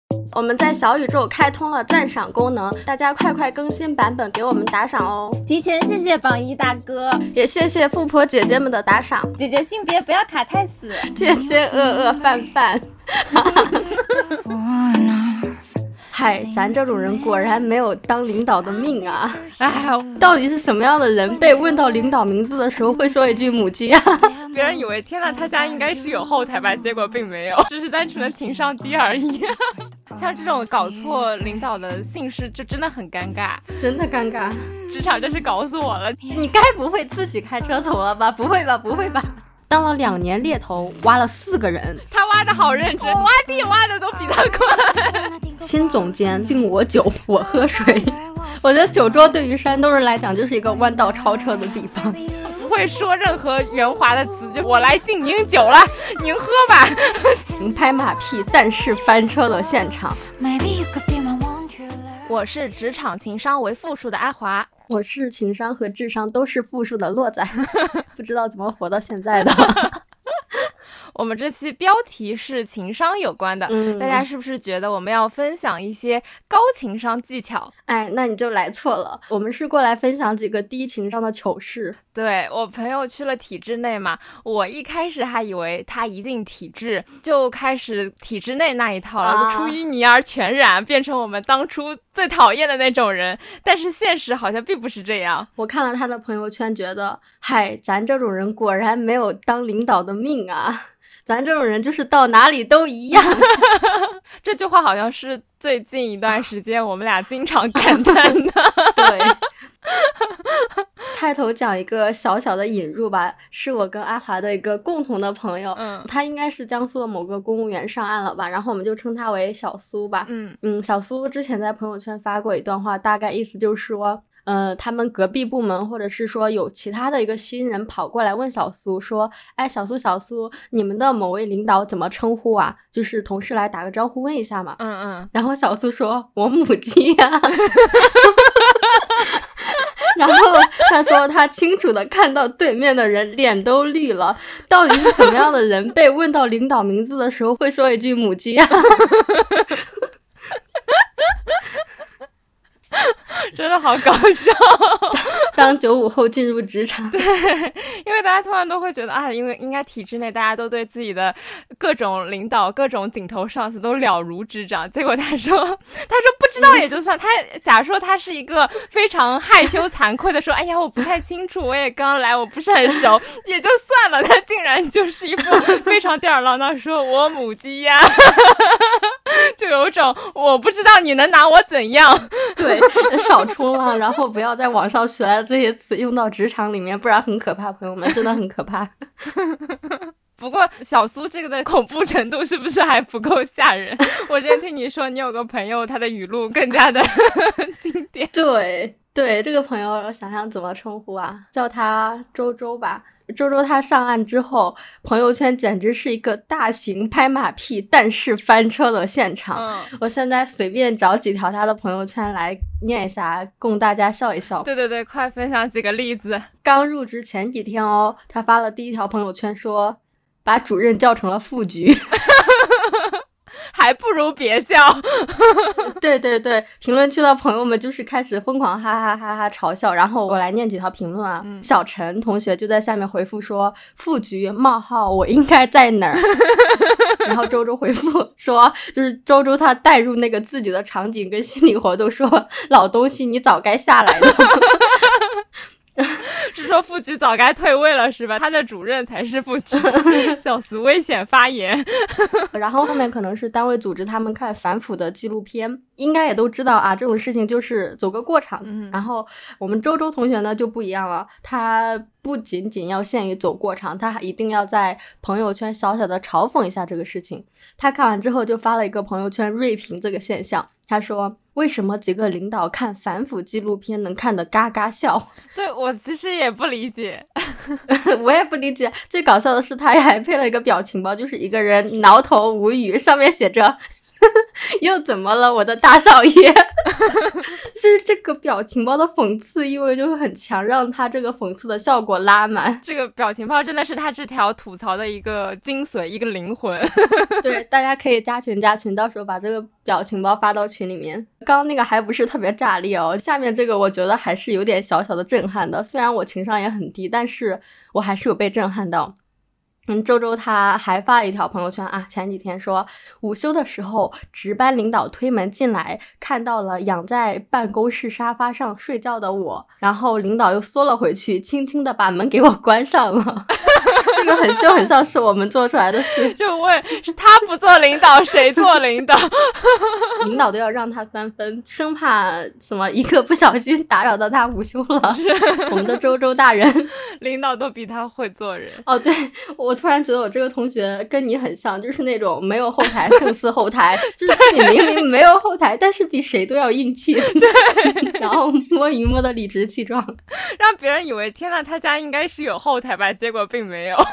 我们在小宇宙开通了赞赏功能，大家快更新版本给我们打赏哦！ 提前谢谢榜一大哥， 也谢谢富婆姐姐们的打赏。 姐姐性别不要卡太死， 谢谢饭。嗨，咱这种人果然没有当领导的命啊！哎，到底是什么样的人被问到领导名字的时候会说一句母鸡啊？ 别人以为天哪，他家应该是有后台吧，结果并没有，只是单纯的情商低而已。像这种搞错领导的姓氏就真的很尴尬， 真的尴尬。 职场真是搞死我了。 你该不会自己开车走了吧？不会吧？当了2年猎头，挖了4个人， 他挖的好认真，我挖地挖的都比他快。 新总监敬我酒，我喝水。我觉得酒桌对于山东人来讲就是一个弯道超车的地方， 不会说任何圆滑的词，就我来敬您酒了，您喝吧。 拍马屁但是翻车的现场。 我是职场情商为负数的阿华， 我是情商和智商都是负数的洛仔，不知道怎么活到现在的。 我们这期标题是情商有关的，大家是不是觉得我们要分享一些高情商技巧？ 哎，那你就来错了，我们是过来分享几个低情商的糗事。 对，我朋友去了体制内嘛，我一开始还以为他一进体制就开始体制内那一套了，就出淤泥而全染，变成我们当初最讨厌的那种人，但是现实好像并不是这样。 我看了他的朋友圈，觉得嗨，咱这种人果然没有当领导的命啊，咱这种人就是到哪里都一样。 这句话好像是最近一段时间我们俩经常感叹的。 对，开头讲一个小小的引入吧，是我跟阿华的一个共同的朋友，他应该是江苏的某个公务员上岸了吧，然后我们就称他为小苏吧。小苏之前在朋友圈发过一段话，大概意思就是说他们隔壁部门或者是说有其他的一个新人跑过来问小苏说，哎，小苏，你们的某位领导怎么称呼啊？就是同事来打个招呼问一下嘛。然后小苏说，我母鸡呀。然后他说他清楚的看到对面的人脸都绿了，到底是什么样的人被问到领导名字的时候会说一句母鸡呀？ 真的好搞笑。 当95后进入职场， 对，因为大家突然都会觉得啊，因为应该体制内大家都对自己的各种领导各种顶头上司都了如指掌，结果他说不知道也就算，他假如说他是一个非常害羞惭愧的说，哎呀我不太清楚，我也刚来，我不是很熟，也就算了，他竟然就是一副非常吊儿郎当说我母鸡呀。就有种我不知道你能拿我怎样。 对，少冲浪，然后不要在网上学来的这些词用到职场里面，不然很可怕，朋友们，真的很可怕。 不过小苏这个的恐怖程度是不是还不够吓人？我之前听你说你有个朋友他的语录更加的经典。 对，这个朋友我想想怎么称呼啊，叫他周周吧。周周他上岸之后，朋友圈简直是一个大型拍马屁但是翻车的现场。我现在随便找几条他的朋友圈来念一下，供大家笑一笑。 对，快分享几个例子。 刚入职前几天哦，他发了第一条朋友圈说，把主任叫成了副局。 还不如别叫。 对，评论区的朋友们就是开始疯狂哈哈哈哈嘲笑，然后我来念几条评论啊。小陈同学就在下面回复说，副局冒号我应该在哪儿。然后周周回复说，就是周周他带入那个自己的场景跟心理活动，说老东西你早该下来了。 是说副局早该退位了是吧？他的主任才是副局。笑死，危险发言。 然后后面可能是单位组织他们看反腐的纪录片，应该也都知道啊，这种事情就是走个过场。然后我们周周同学呢就不一样了，他不仅仅要限于走过场，他还一定要在朋友圈小小的嘲讽一下这个事情。他看完之后就发了一个朋友圈锐评这个现象，他说，为什么几个领导看反腐纪录片能看得嘎嘎笑？ 对，我其实也不理解。 我也不理解，最搞笑的是他还配了一个表情包，就是一个人挠头无语，上面写着又怎么了我的大少爷？就是这个表情包的讽刺意味就会很强，让他这个讽刺的效果拉满。 这个表情包真的是他这条吐槽的一个精髓，一个灵魂。 对，大家可以加群，到时候把这个表情包发到群里面。刚刚那个还不是特别炸裂哦，下面这个我觉得还是有点小小的震撼的，虽然我情商也很低，但是我还是有被震撼到。周周他还发了一条朋友圈啊，前几天说午休的时候值班领导推门进来，看到了仰在办公室沙发上睡觉的我，然后领导又缩了回去，轻轻的把门给我关上了。这个很像是我们做出来的事。 就问是他不做领导谁做领导？ 领导都要让他3分，生怕什么一个不小心打扰到他午休了。我们的周周大人领导都比他会做人。 哦，对，我突然觉得我这个同学跟你很像，就是那种没有后台胜似后台，就是你明明没有后台，但是比谁都要硬气。对，然后摸鱼摸的理直气壮， 让别人以为天哪，他家应该是有后台吧，结果并没有。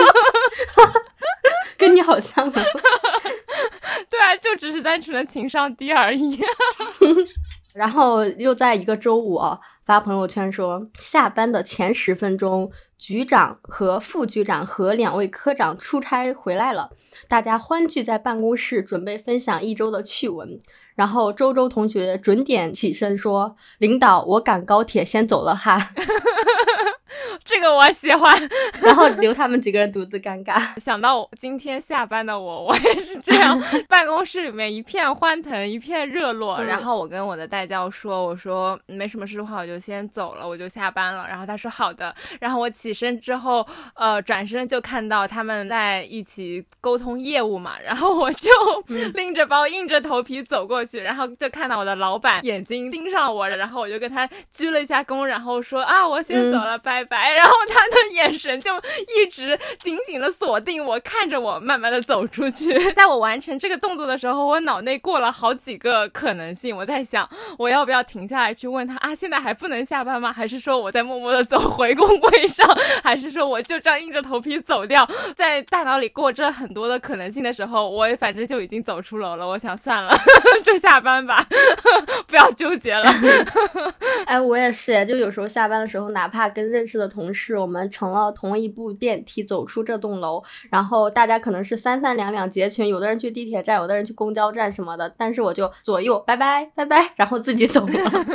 跟你好像啊。 对啊，就只是单纯的情商低而已。 然后又在一个周五发朋友圈说，下班的前10分钟，局长和副局长和2位科长出差回来了，大家欢聚在办公室，准备分享一周的趣闻。然后周周同学准点起身说，领导我赶高铁先走了哈。 这个我喜欢。 然后留他们几个人独自尴尬。 想到今天下班的我也是这样。办公室里面一片欢腾，一片热络。然后我跟我的代教说，我说没什么事的话我就先走了，我就下班了。然后他说好的。然后我起身之后转身就看到他们在一起沟通业务嘛，然后我就拎着包硬着头皮走过去，然后就看到我的老板眼睛盯上我，然后我就跟他鞠了一下躬，然后说啊我先走了，拜拜。然后他的眼神就一直紧紧的锁定我，看着我慢慢的走出去。在我完成这个动作的时候，我脑内过了好几个可能性，我在想我要不要停下来去问他啊，现在还不能下班吗？还是说我在默默的走回工位上？还是说我就这样硬着头皮走掉？在大脑里过这很多的可能性的时候，我反正就已经走出楼了。我想算了，就下班吧，不要纠结了。 哎，我也是，就有时候下班的时候，哪怕跟认识的同事，我们乘了同一部电梯走出这栋楼，然后大家可能是3三2两结群，有的人去地铁站，有的人去公交站什么的，但是我就左右拜拜拜拜，然后自己走了。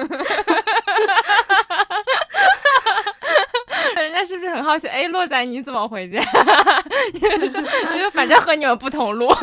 人家是不是很好奇？哎，洛仔你怎么回家？你就反正和你们不同路。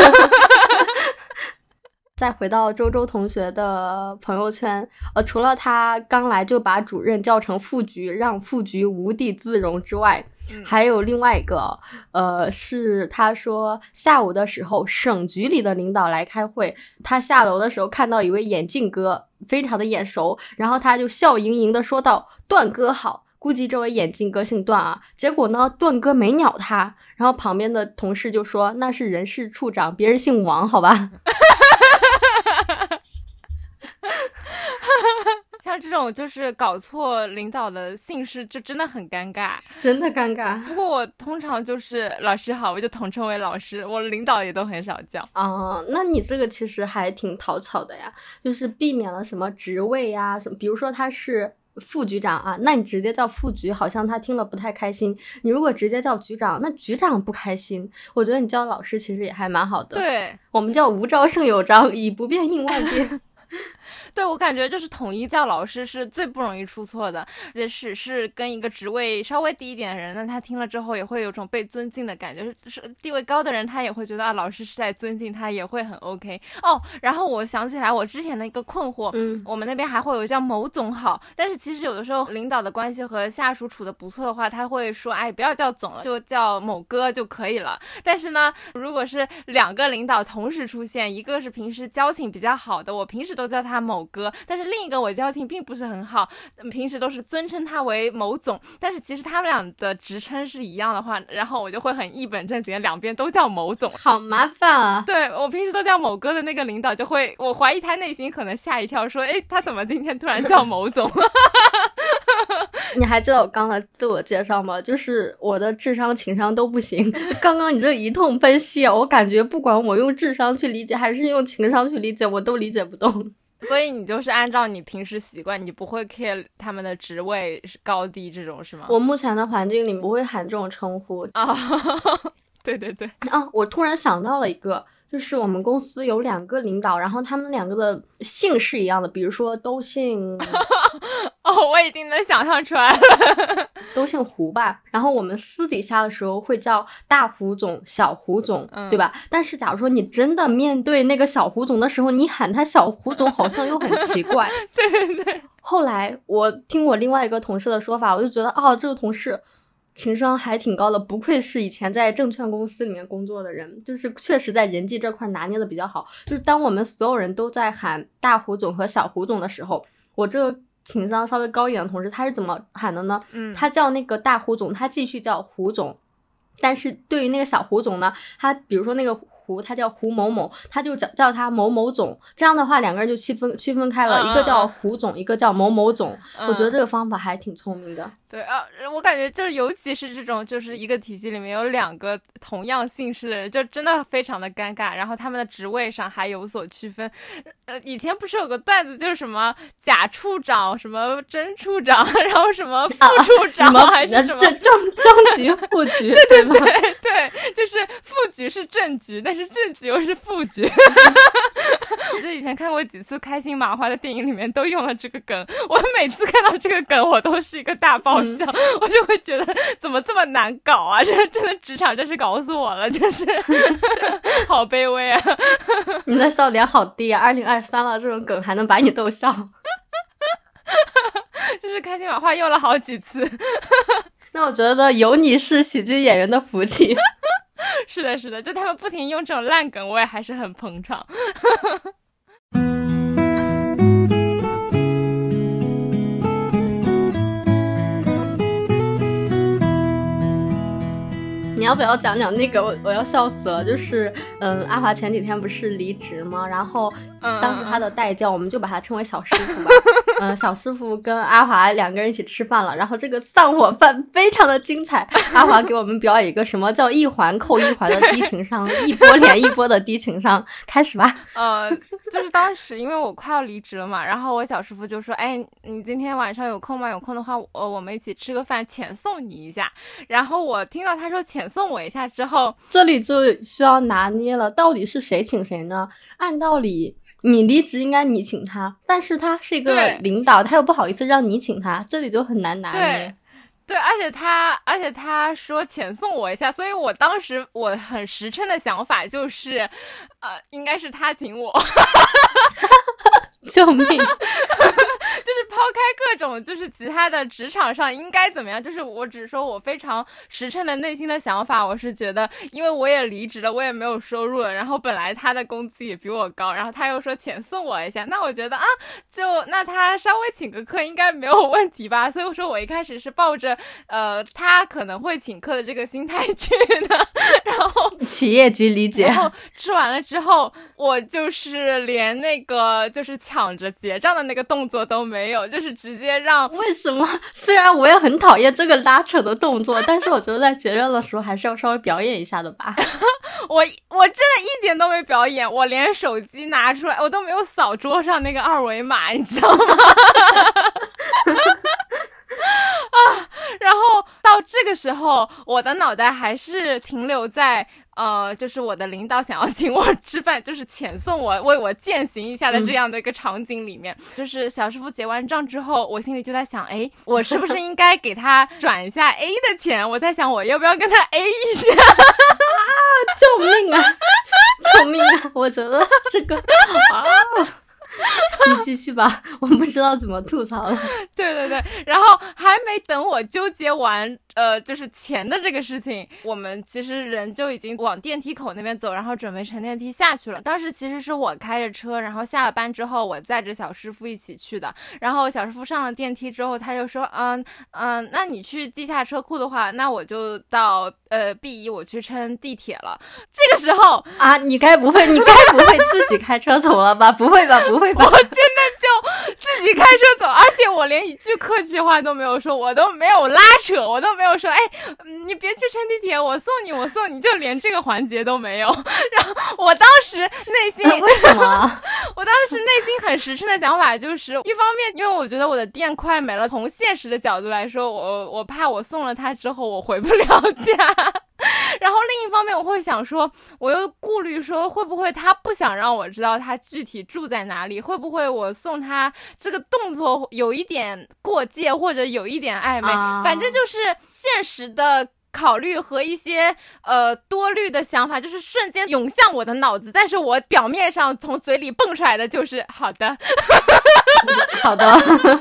再回到周周同学的朋友圈，除了他刚来就把主任叫成副局，让副局无地自容之外，还有另外一个，是他说下午的时候省局里的领导来开会，他下楼的时候看到一位眼镜哥，非常的眼熟，然后他就笑盈盈的说道：“段哥好。”估计这位眼镜哥姓段啊，结果呢，段哥没鸟他，然后旁边的同事就说那是人事处长，别人姓王，好吧。 像这种就是搞错领导的姓氏，就真的很尴尬， 真的尴尬。 不过我通常就是老师好，我就统称为老师，我领导也都很少叫。 那你这个其实还挺讨巧的呀，就是避免了什么职位呀，什么，比如说他是副局长啊，那你直接叫副局，好像他听了不太开心。你如果直接叫局长，那局长不开心。我觉得你叫老师其实也还蛮好的。 对， 我们叫无招胜有招，以不变应万变。 对，我感觉就是统一叫老师是最不容易出错的，即使是跟一个职位稍微低一点的人，那他听了之后也会有种被尊敬的感觉，是地位高的人他也会觉得啊，老师是在尊敬他，也会很 OK 哦。然后我想起来我之前的一个困惑，我们那边还会有叫某总好，但是其实有的时候领导的关系和下属处的不错的话，他会说哎，不要叫总了，就叫某哥就可以了。但是呢，如果是2个领导同时出现，一个是平时交情比较好的，我平时都叫他某哥，但是另一个我交情并不是很好，平时都是尊称他为某总，但是其实他们俩的职称是一样的话，然后我就会很一本正经两边都叫某总， 好麻烦啊。 对，我平时都叫某哥的那个领导就会，我怀疑他内心可能吓一跳，说哎，他怎么今天突然叫某总？ 你还记得我刚才自我介绍吗？就是我的智商情商都不行。刚刚你这一通分析，我感觉不管我用智商去理解还是用情商去理解，我都理解不动。 所以你就是按照你平时习惯，你不会 care 他们的职位高低这种是吗？ 我目前的环境里不会喊这种称呼啊。对对对啊！我突然想到了一个，就是我们公司有2个领导，然后他们2个的姓是一样的，比如说都姓哦，我已经能想象出来了， 都姓胡吧。然后我们私底下的时候会叫大胡总、小胡总，对吧？但是假如说你真的面对那个小胡总的时候，你喊他小胡总好像又很奇怪。 对对对。 后来我听我另外一个同事的说法，我就觉得哦，这个同事情商还挺高的，不愧是以前在证券公司里面工作的人，就是确实在人际这块拿捏的比较好。就是当我们所有人都在喊大胡总和小胡总的时候，我这个情商稍微高一点的同事他是怎么喊的呢？他叫那个大胡总，他继续叫胡总，但是对于那个小胡总呢，他比如说那个胡他叫胡某某，他就叫他某某总，这样的话2个人就区分开了，一个叫胡总，一个叫某某总。我觉得这个方法还挺聪明的。 对啊，我感觉就是尤其是这种就是一个体系里面有2个同样姓氏的人，就真的非常的尴尬，然后他们的职位上还有所区分。以前不是有个段子就是什么贾处长什么真处长，然后什么副处长，还是什么正局副局。 对对对对，就是副局是正局，但是正局又是副局。我记得以前看过几次开心麻花的电影里面都用了这个梗，我每次看到这个梗我都是一个大爆笑。我就会觉得怎么这么难搞啊，真的职场真是搞死我了，真是好卑微啊。 你的笑点好低啊，2023了这种梗还能把你逗笑。 就是开心麻花用了好几次。 那我觉得有你是喜剧演员的福气。 是的是的，就他们不停用这种烂梗我也还是很捧场。 你要不要讲讲那个我要笑死了，就是阿华前几天不是离职吗？然后当时他的代教我们就把他称为小师傅吧。小师傅跟阿华2个人一起吃饭了，然后这个散伙饭非常的精彩。阿华给我们表演一个什么叫一环扣一环的低情商，一波连一波的低情商。开始吧。 就是当时因为我快要离职了嘛，然后我小师傅就说，哎，你今天晚上有空吗？有空的话我们一起吃个饭，遣送你一下。然后我听到他说遣送我一下之后， 这里就需要拿捏了，到底是谁请谁呢？按道理你离职应该你请他，但是他是一个领导，他又不好意思让你请他，这里就很难拿捏。 对，而且他说遣送我一下，所以我当时我很实诚的想法就是，应该是他请我。 救命！ 就是抛开各种就是其他的职场上应该怎么样，就是我只说我非常实诚的内心的想法，我是觉得因为我也离职了，我也没有收入了，然后本来他的工资也比我高，然后他又说遣送我一下，那我觉得那他稍微请个客应该没有问题吧，所以我说我一开始是抱着他可能会请客的这个心态去的，然后企业级理解。 然后吃完了之后，我就是连那个就是抢着结账的那个动作都没有，就是直接让。 为什么？虽然我也很讨厌这个拉扯的动作，但是我觉得在结账的时候还是要稍微表演一下的吧。 我真的一点都没表演，我连手机拿出来我都没有扫桌上那个2维码，你知道吗？然后到这个时候我的脑袋还是停留在就是我的领导想要请我吃饭，就是遣送我为我践行一下的这样的一个场景里面，就是小师傅结完账之后，我心里就在想，哎，我是不是应该给他转一下 A 的钱？我在想我要不要跟他 A 一下？ 救命啊！救命啊！我觉得这个你继续吧，我不知道怎么吐槽了。 对对对，然后还没等我纠结完就是钱的这个事情，我们其实人就已经往电梯口那边走，然后准备乘电梯下去了。当时其实是我开着车，然后下了班之后我载着小师傅一起去的，然后小师傅上了电梯之后他就说那你去地下车库的话，那我就到B1我去乘地铁了。这个时候啊，你该不会自己开车走了吧？不会吧？不会吧？ 我真的就自己己开车走，而且我连一句客气话都没有说，我都没有拉扯，我都没有说哎你别去乘地铁，我送你，就连这个环节都没有。然后我当时内心为什么我当时内心很实诚的想法就是，一方面因为我觉得我的店快没了，从现实的角度来说，我怕我送了它之后我回不了家。然后另一方面我会想说，我又顾虑说会不会他不想让我知道他具体住在哪里，会不会我送他这个动作有一点过界或者有一点暧昧，反正就是现实的考虑和一些多虑的想法就是瞬间涌向我的脑子，但是我表面上从嘴里蹦出来的就是好的好的。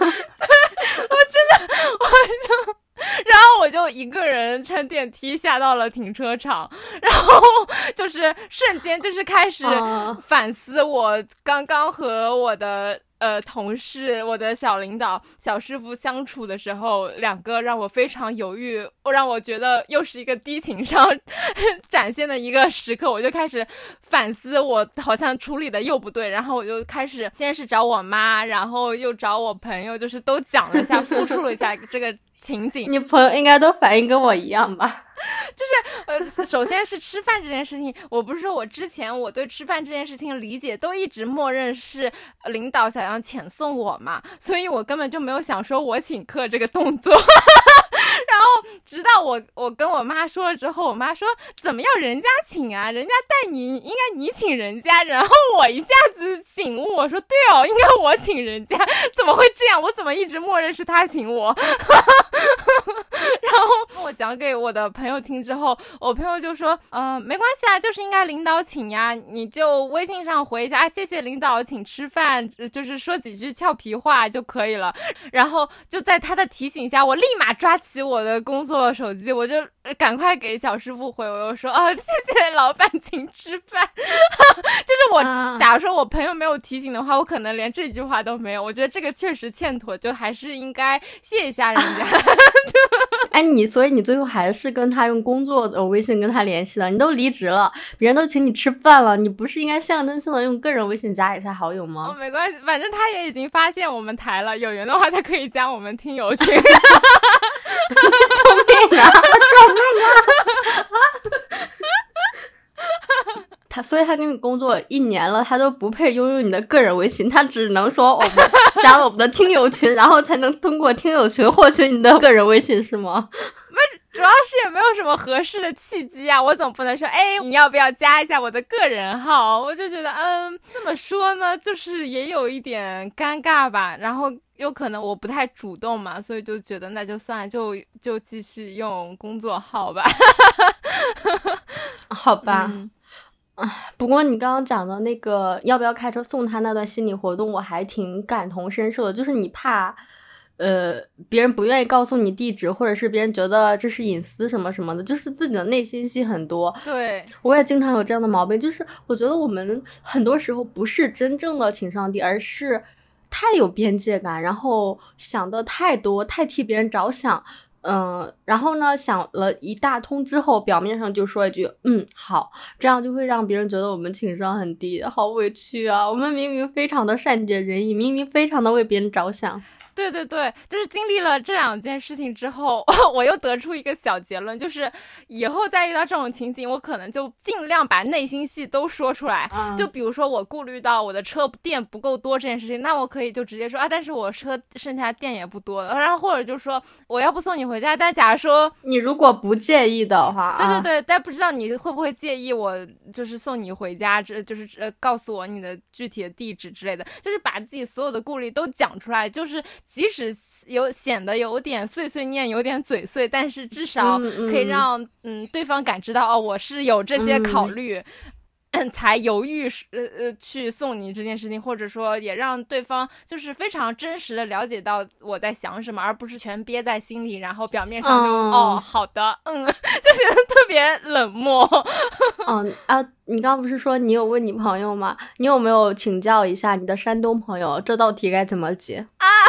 然后我就一个人乘电梯下到了停车场，然后就是瞬间就是开始反思我刚刚和我的同事，我的小领导小师傅相处的时候，两个让我非常犹豫，让我觉得又是一个低情商展现的一个时刻。我就开始反思我好像处理的又不对，然后我就开始先是找我妈，然后又找我朋友，就是都讲了一下复述了一下这个情景。 你朋友应该都反应跟我一样吧？ 就是首先是吃饭这件事情，我不是说我之前我对吃饭这件事情的理解都一直默认是领导想要遣送我嘛，所以我根本就没有想说我请客这个动作。然后直到我跟我妈说了之后，我妈说怎么要人家请啊，人家带你应该你请人家。然后我一下子醒悟，我说对哦，应该我请人家，怎么会这样，我怎么一直默认是他请我。然后我讲给我的朋友听之后，我朋友就说没关系啊，就是应该领导请呀，你就微信上回一下谢谢领导请吃饭，就是说几句俏皮话就可以了。然后就在他的提醒下，我立马抓起我的工作手机，我就赶快给小师傅回，我就说谢谢老板请吃饭。就是我假如说我朋友没有提醒的话，我可能连这句话都没有。我觉得这个确实欠妥，就还是应该谢一下人家。 哎，所以你最后还是跟他用工作的微信跟他联系了，你都离职了，别人都请你吃饭了，你不是应该象征性的用个人微信加一下好友吗？ 没关系，反正他也已经发现我们台了，有缘的话他可以加我们听友群。 救命啊！救命啊！所以他跟你工作1年了，他都不配拥有你的个人微信，他只能说我们加了我们的听友群，然后才能通过听友群获取你的个人微信，是吗？ 主要是也没有什么合适的契机啊，我总不能说你要不要加一下我的个人号，我就觉得这么说呢就是也有一点尴尬吧，然后有可能我不太主动嘛，所以就觉得那就算了，就继续用工作号吧。 好吧。不过你刚刚讲的那个要不要开车送他那段心理活动，我还挺感同身受的，就是你怕别人不愿意告诉你地址，或者是别人觉得这是隐私什么什么的，就是自己的内心戏很多。 对， 我也经常有这样的毛病，就是我觉得我们很多时候不是真正的情商低，而是太有边界感，然后想的太多，太替别人着想。然后呢，想了一大通之后，表面上就说一句好，这样就会让别人觉得我们情商很低，好委屈啊！我们明明非常的善解人意，明明非常的为别人着想。 对对对，就是经历了这2件事情之后，我又得出一个小结论，就是以后再遇到这种情景，我可能就尽量把内心戏都说出来。就比如说我顾虑到我的车电不够多这件事情，那我可以就直接说但是我车剩下电也不多了，然后或者就说我要不送你回家，但假如说你如果不介意的话， 对对对，但不知道你会不会介意我就是送你回家，就是告诉我你的具体的地址之类的，就是把自己所有的顾虑都讲出来，就是即使显得有点碎碎念，有点嘴碎，但是至少可以让对方感知到我是有这些考虑，才犹豫去送你这件事情，或者说也让对方就是非常真实的了解到我在想什么，而不是全憋在心里，然后表面上就好的就显得特别冷漠。 你刚刚不是说你有问你朋友吗？你有没有请教一下你的山东朋友这道题该怎么解？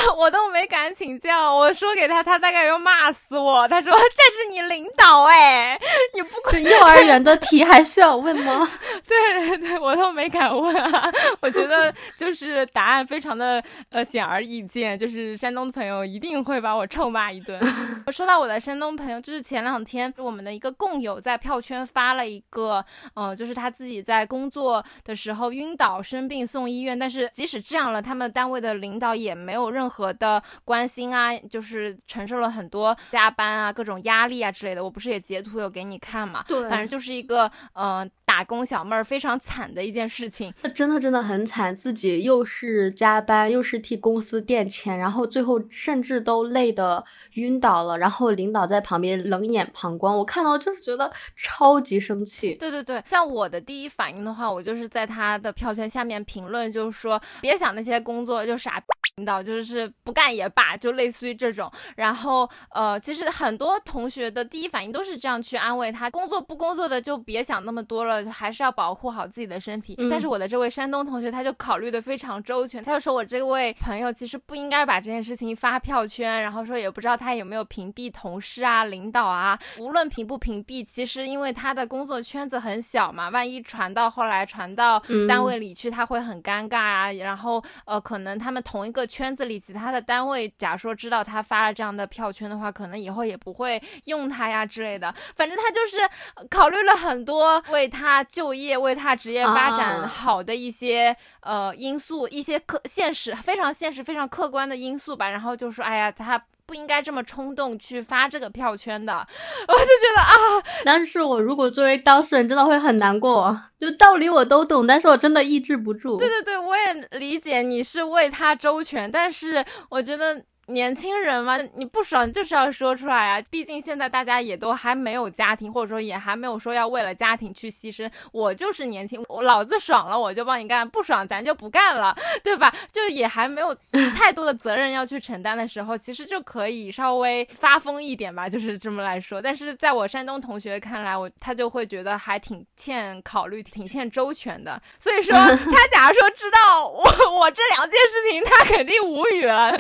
我都没敢请教，我说给他，他大概要骂死我。他说这是你领导哎，你不这幼儿园的题还需要问吗？ 对对对，我都没敢问啊。我觉得就是答案非常的显而易见，就是山东的朋友一定会把我臭骂一顿。我说到我的山东朋友，就是前2天我们的一个共友在票圈发了一个就是他自己在工作的时候晕倒生病送医院，但是即使这样了，他们单位的领导也没有任何的关心啊，就是承受了很多加班啊各种压力啊之类的。我不是也截图有给你看嘛？ 对， 反正就是一个打工小妹儿非常惨的一件事情。 真的很惨，自己又是加班又是替公司垫钱，然后最后甚至都累得晕倒了，然后领导在旁边冷眼旁观，我看到就是觉得超级生气。 对对对，像我的第一反应的话，我就是在他的票圈下面评论，就是说别想那些工作就傻领导，就是不干也罢，就类似于这种。然后其实很多同学的第一反应都是这样去安慰他，工作不工作的就别想那么多了，还是要保护好自己的身体。但是我的这位山东同学他就考虑的非常周全，他就说我这位朋友其实不应该把这件事情发票圈，然后说也不知道他有没有屏蔽同事啊领导啊，无论屏不屏蔽，其实因为他的工作圈子很小嘛，万一后来传到单位里去，他会很尴尬啊。然后可能他们同一个圈子里其他的单位假如说知道他发了这样的票圈的话，可能以后也不会用他呀之类的。反正他就是考虑了很多为他就业为他职业发展好的一些因素，一些非常现实非常客观的因素吧。然后就说哎呀他不应该这么冲动去发这个票圈的。我就觉得啊， 但是我如果作为当事人真的会很难过，就道理我都懂，但是我真的抑制不住。 对对对，我也理解你是为他周全，但是我觉得年轻人嘛，你不爽就是要说出来啊！毕竟现在大家也都还没有家庭，或者说也还没有说要为了家庭去牺牲。我就是年轻，我老子爽了我就帮你干，不爽咱就不干了，对吧？就也还没有太多的责任要去承担的时候，其实就可以稍微发疯一点吧，就是这么来说。但是在我山东同学看来，他就会觉得还挺欠考虑，挺欠周全的。所以说，他假如说知道我这2件事情，他肯定无语了。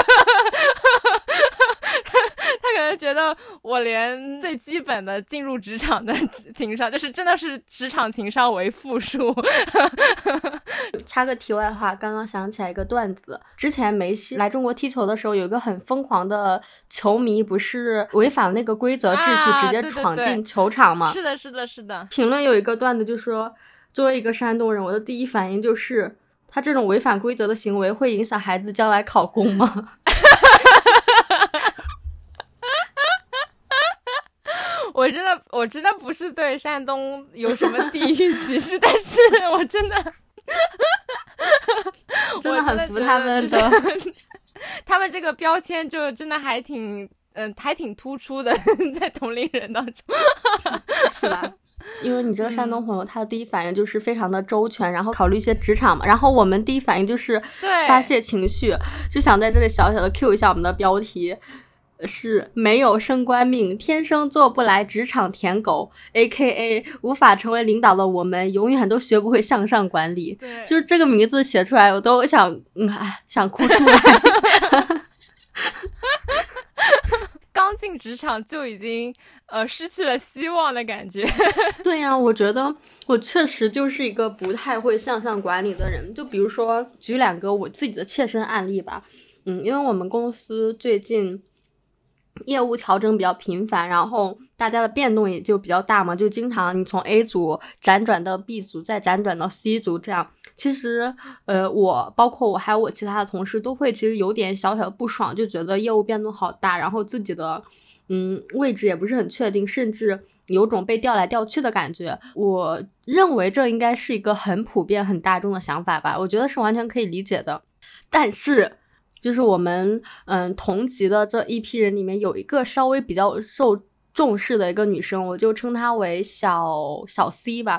他可能觉得我连最基本的进入职场的情商，就是真的是职场情商为负数。 插个题外话，刚刚想起来一个段子，之前梅西来中国踢球的时候，有一个很疯狂的球迷，不是违反那个规则秩序，直接闯进球场吗？ 是的是的是的。 评论有一个段子就说，作为一个山东人，我的第一反应就是他这种违反规则的行为会影响孩子将来考公吗？ 我真的不是对山东有什么地域歧视，但是我真的很服他们的， 他们这个标签就真的还挺突出的，在同龄人当中。 是吧？因为你这个山东朋友，他的第一反应就是非常的周全，然后考虑一些职场嘛。然后我们第一反应就是发泄情绪，就想在这里小小的 Q 一下我们的标题，是没有升官命，天生做不来职场舔狗 AKA 无法成为领导的我们永远都学不会向上管理。 对， 就是这个名字写出来我都想哭出来。 刚进职场就已经失去了希望的感觉。 对呀，我觉得我确实就是一个不太会向上管理的人。就比如说举2个我自己的切身案例吧。因为我们公司最近业务调整比较频繁，然后大家的变动也就比较大嘛，就经常你从 A 组辗转到 B 组，再辗转到 C 组，这样其实包括我还有我其他的同事都会其实有点小小的不爽，就觉得业务变动好大，然后自己的位置也不是很确定，甚至有种被调来调去的感觉。我认为这应该是一个很普遍很大众的想法吧，我觉得是完全可以理解的。但是就是我们同级的这一批人里面有一个稍微比较受重视的一个女生，我就称她为小 C 吧。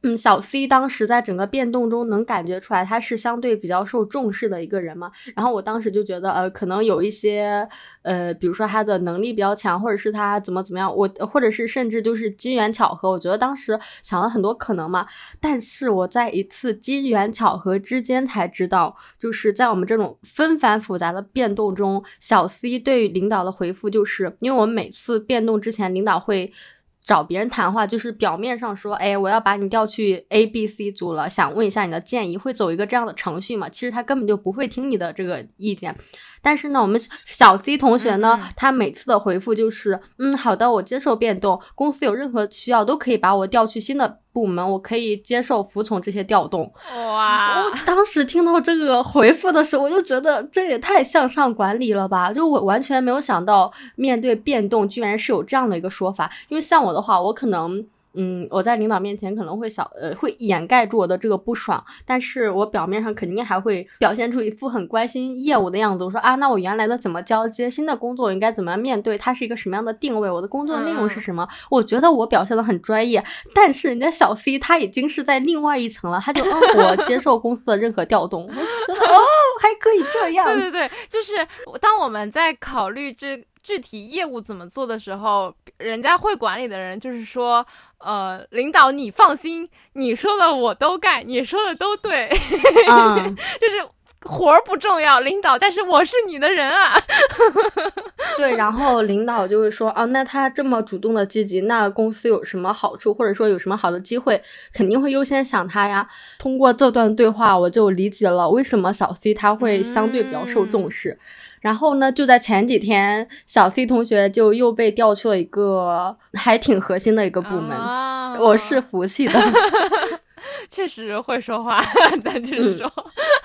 小 C 当时在整个变动中能感觉出来他是相对比较受重视的一个人嘛，然后我当时就觉得可能有一些比如说他的能力比较强，或者是他怎么样，或者是甚至就是机缘巧合，我觉得当时想了很多可能嘛。但是我在一次机缘巧合之间才知道，就是在我们这种纷繁复杂的变动中，小 C 对领导的回复就是因为我们每次变动之前领导会找别人谈话，就是表面上说我要把你调去 ABC 组了，想问一下你的建议，会走一个这样的程序嘛，其实他根本就不会听你的这个意见。但是呢我们小 C 同学呢他每次的回复就是好的，我接受变动，公司有任何需要都可以把我调去新的部门，我可以接受服从这些调动。 哇， 我当时听到这个回复的时候，我就觉得这也太向上管理了吧，就我完全没有想到面对变动居然是有这样的一个说法。因为像我的话，我可能我在领导面前可能会会掩盖住我的这个不爽，但是我表面上肯定还会表现出一副很关心业务的样子。我说那我原来的怎么交接，新的工作我应该怎么样面对，它是一个什么样的定位，我的工作内容是什么，我觉得我表现得很专业。但是人家小 C 他已经是在另外一层了，他就我接受公司的任何调动。我觉得还可以这样。 对对对，就是当我们在考虑这具体业务怎么做的时候，人家会管理的人就是说领导你放心，你说的我都干，你说的都对。就是活儿不重要，领导，但是我是你的人啊。 对，然后领导就会说那他这么主动的积极，那公司有什么好处，或者说有什么好的机会，肯定会优先想他呀。通过这段对话我就理解了为什么小 C 他会相对比较受重视。然后呢就在前几天，小 C 同学就又被调去了一个还挺核心的一个部门，我是服气的。 确实会说话，咱就是说。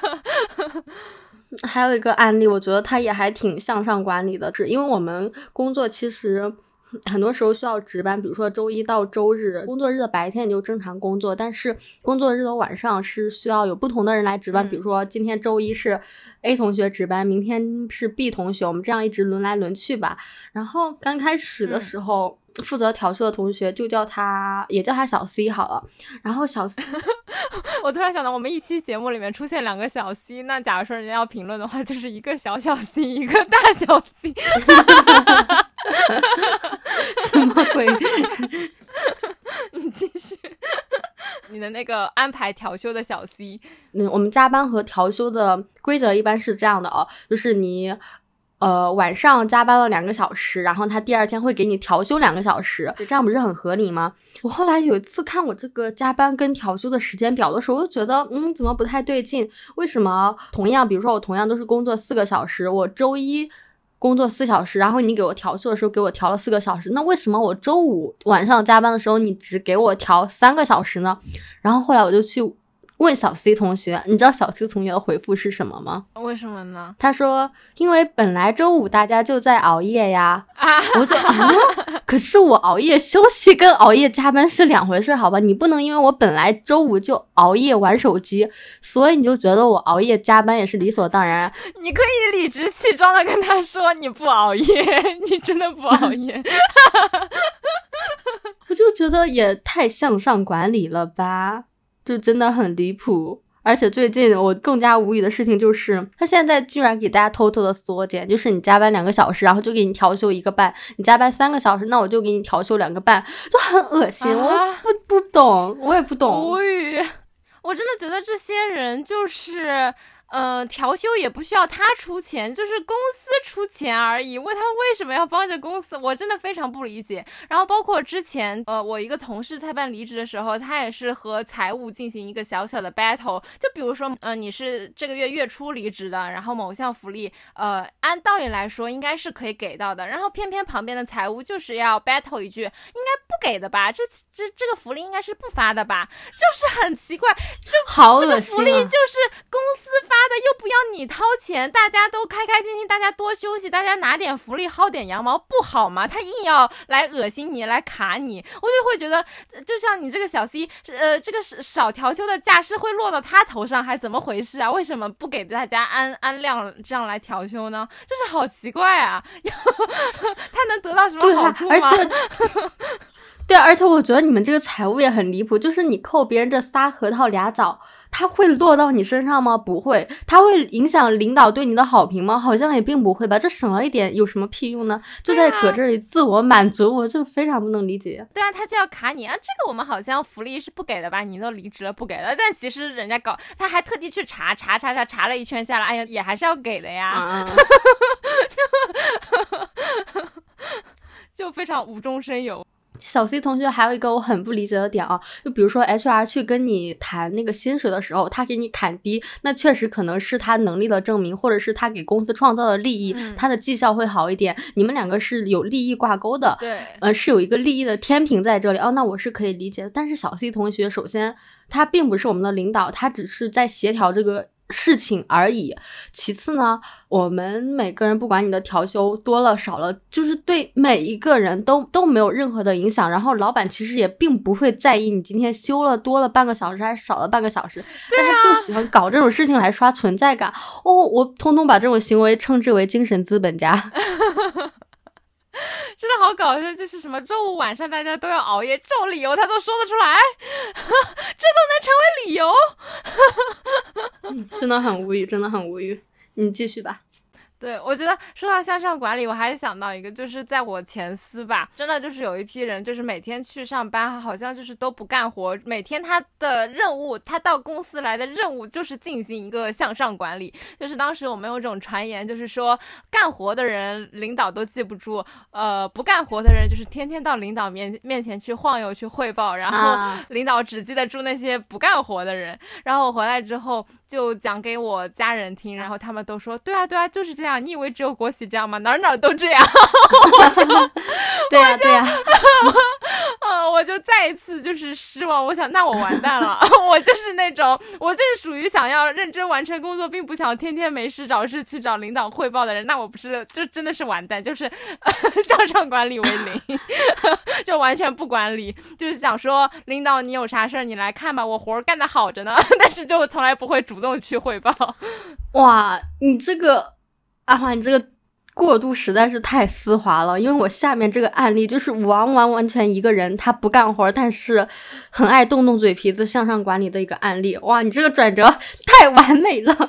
还有一个案例，我觉得他也还挺向上管理的，是因为我们工作其实很多时候需要值班，比如说周一到周日，工作日的白天你就正常工作，但是工作日的晚上是需要有不同的人来值班，比如说今天周一是 A 同学值班，明天是 B 同学，我们这样一直轮来轮去吧。然后刚开始的时候负责调休的同学就也叫他小 C 好了。然后小 C 我突然想到我们一期节目里面出现2个小 C， 那假如说人家要评论的话，就是一个小 C 一个大小 C。 什么鬼？ 你继续。你的那个安排调休的小 C。 我们加班和调休的规则一般是这样的就是你晚上加班了2个小时，然后他第二天会给你调休2个小时，这样不是很合理吗？我后来有一次看我这个加班跟调休的时间表的时候，我就觉得怎么不太对劲？为什么同样比如说我同样都是工作4个小时，我周一工作4小时，然后你给我调休的时候给我调了4个小时，那为什么我周五晚上加班的时候你只给我调3个小时呢？然后后来我就去问小 C 同学，你知道小 C 同学的回复是什么吗？ 为什么呢？ 他说因为本来周五大家就在熬夜呀。我就可是我熬夜休息跟熬夜加班是2回事好吧，你不能因为我本来周五就熬夜玩手机，所以你就觉得我熬夜加班也是理所当然。 你可以理直气壮的跟他说你不熬夜，你真的不熬夜。 我就觉得也太向上管理了吧，就真的很离谱。而且最近我更加无语的事情就是他现在居然给大家偷偷的缩减，就是你加班2个小时然后就给你调休1个半，你加班3个小时那我就给你调休2个半，就很恶心。我不懂，我也不懂， 无语。我真的觉得这些人就是调休也不需要他出钱，就是公司出钱而已，他为什么要帮着公司？我真的非常不理解。然后包括之前我一个同事在办离职的时候，他也是和财务进行一个小小的 battle， 就比如说你是这个月初离职的，然后某项福利按道理来说应该是可以给到的，然后偏偏旁边的财务就是要 battle 一句应该不给的吧，这个福利应该是不发的吧，就是很奇怪， 好恶心啊， 这个福利就是公司发的，又不要你掏钱，大家都开开心心，大家多休息，大家拿点福利薅点羊毛不好吗？他硬要来恶心你，来卡你，我就会觉得就像你这个小 C 这个少调休的假是会落到他头上，还怎么回事啊？为什么不给大家按量这样来调休呢？就是好奇怪啊。他能得到什么好处吗？ 而且对，而且我觉得你们这个财务也很离谱，就是你扣别人这仨核桃俩枣，它会落到你身上吗？不会。它会影响领导对你的好评吗？好像也并不会吧。这省了一点有什么屁用呢？就在搁这里自我满足，我这非常不能理解。 对啊，他就要卡你啊！这个我们好像福利是不给的吧？你都离职了不给了，但其实人家搞，他还特地去查了一圈下来，哎呀，也还是要给的呀。就非常无中生有。 小 C 同学还有一个我很不理解的点啊，就比如说 HR 去跟你谈那个薪水的时候，他给你砍低，那确实可能是他能力的证明，或者是他给公司创造的利益，他的绩效会好一点。你们两个是有利益挂钩的， 对， 是有一个利益的天平在这里那我是可以理解的。但是小 C 同学，首先他并不是我们的领导，他只是在协调这个事情而已。其次呢，我们每个人不管你的调休多了少了，就是对每一个人都没有任何的影响，然后老板其实也并不会在意你今天休了多了半个小时还是少了半个小时，但他就喜欢搞这种事情来刷存在感。我通通把这种行为称之为精神资本家。 真的好搞笑，就是什么周五晚上大家都要熬夜，这种理由他都说得出来，这都能成为理由。 真的很无语，真的很无语。你继续吧。 对，我觉得说到向上管理，我还想到一个，就是在我前司吧，真的就是有一批人，就是每天去上班，好像就是都不干活，每天他的任务，他到公司来的任务就是进行一个向上管理。就是当时我们有一种传言，就是说干活的人领导都记不住，不干活的人就是天天到领导面前去晃悠去汇报，然后领导只记得住那些不干活的人。然后我回来之后就讲给我家人听，然后他们都说对啊就是这样，你以为只有国企这样吗？哪都这样。 对呀我就再一次就是失望，我想那我完蛋了。我就是那种，我就是属于想要认真完成工作，并不想天天没事找事去找领导汇报的人。那我不是就真的是完蛋，就是向上管理为零。就完全不管理，就是想说领导你有啥事儿你来看吧，我活干得好着呢。但是就从来不会主动去汇报。 哇，你这个阿华，你这个过渡实在是太丝滑了。因为我下面这个案例就是完全一个人他不干活，但是很爱动嘴皮子向上管理的一个案例。哇，你这个转折太完美了。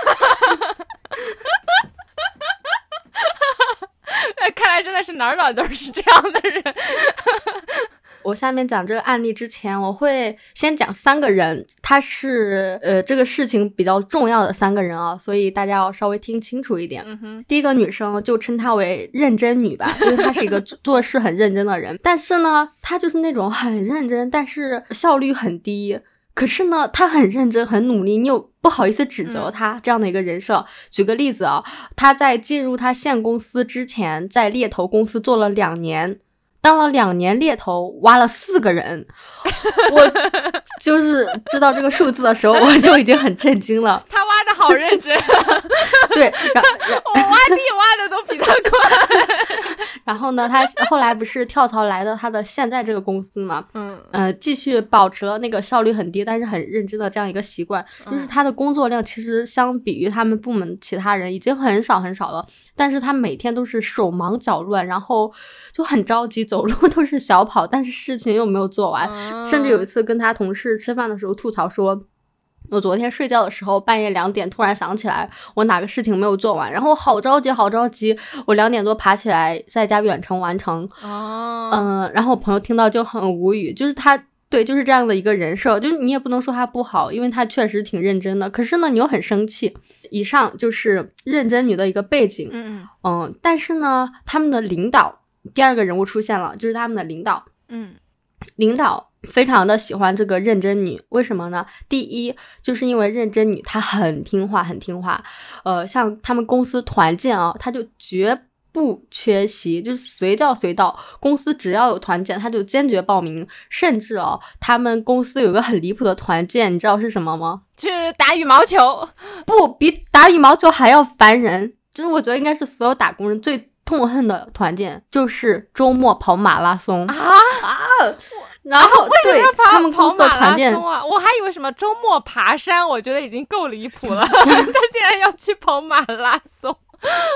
看来真的是哪都是这样的人。 我下面讲这个案例之前，我会先讲3个人，他是这个事情比较重要的3个人啊，所以大家要稍微听清楚一点。第一个女生就称她为认真女吧，因为她是一个做事很认真的人，但是呢，她就是那种很认真，但是效率很低。可是呢，她很认真很努力，你又不好意思指责她这样的一个人设。举个例子啊，她在进入她现公司之前，在猎头公司做了2年。当了2年猎头，挖了4个人。我就是知道这个数字的时候，我就已经很震惊了。 他挖的好认真。 对， 我挖地挖的都比他快。 然后呢，他后来不是跳槽来的他的现在这个公司嘛，继续保持了那个效率很低但是很认真的这样一个习惯。就是他的工作量其实相比于他们部门其他人已经很少了，但是他每天都是手忙脚乱，然后就很着急，走路都是小跑，但是事情又没有做完。甚至有一次跟他同事吃饭的时候吐槽说，我昨天睡觉的时候半夜2点突然想起来我哪个事情没有做完，然后好着急，我2点多爬起来在家远程完成。然后我朋友听到就很无语，就是他对就是这样的一个人设，就是你也不能说他不好，因为他确实挺认真的，可是呢你又很生气。以上就是认真女的一个背景。但是呢他们的领导，第2个人物出现了，就是他们的领导。领导非常的喜欢这个认真女，为什么呢？第一，就是因为认真女她很听话，像他们公司团建啊，她就绝不缺席，就是随叫随到，公司只要有团建她就坚决报名。甚至他们公司有一个很离谱的团建，你知道是什么吗？ 去打羽毛球。 不，比打羽毛球还要烦人，就是我觉得应该是所有打工人最痛恨的团建，就是周末跑马拉松然后对他们公司的团建我还以为什么周末爬山，我觉得已经够离谱了。他竟然要去跑马拉松。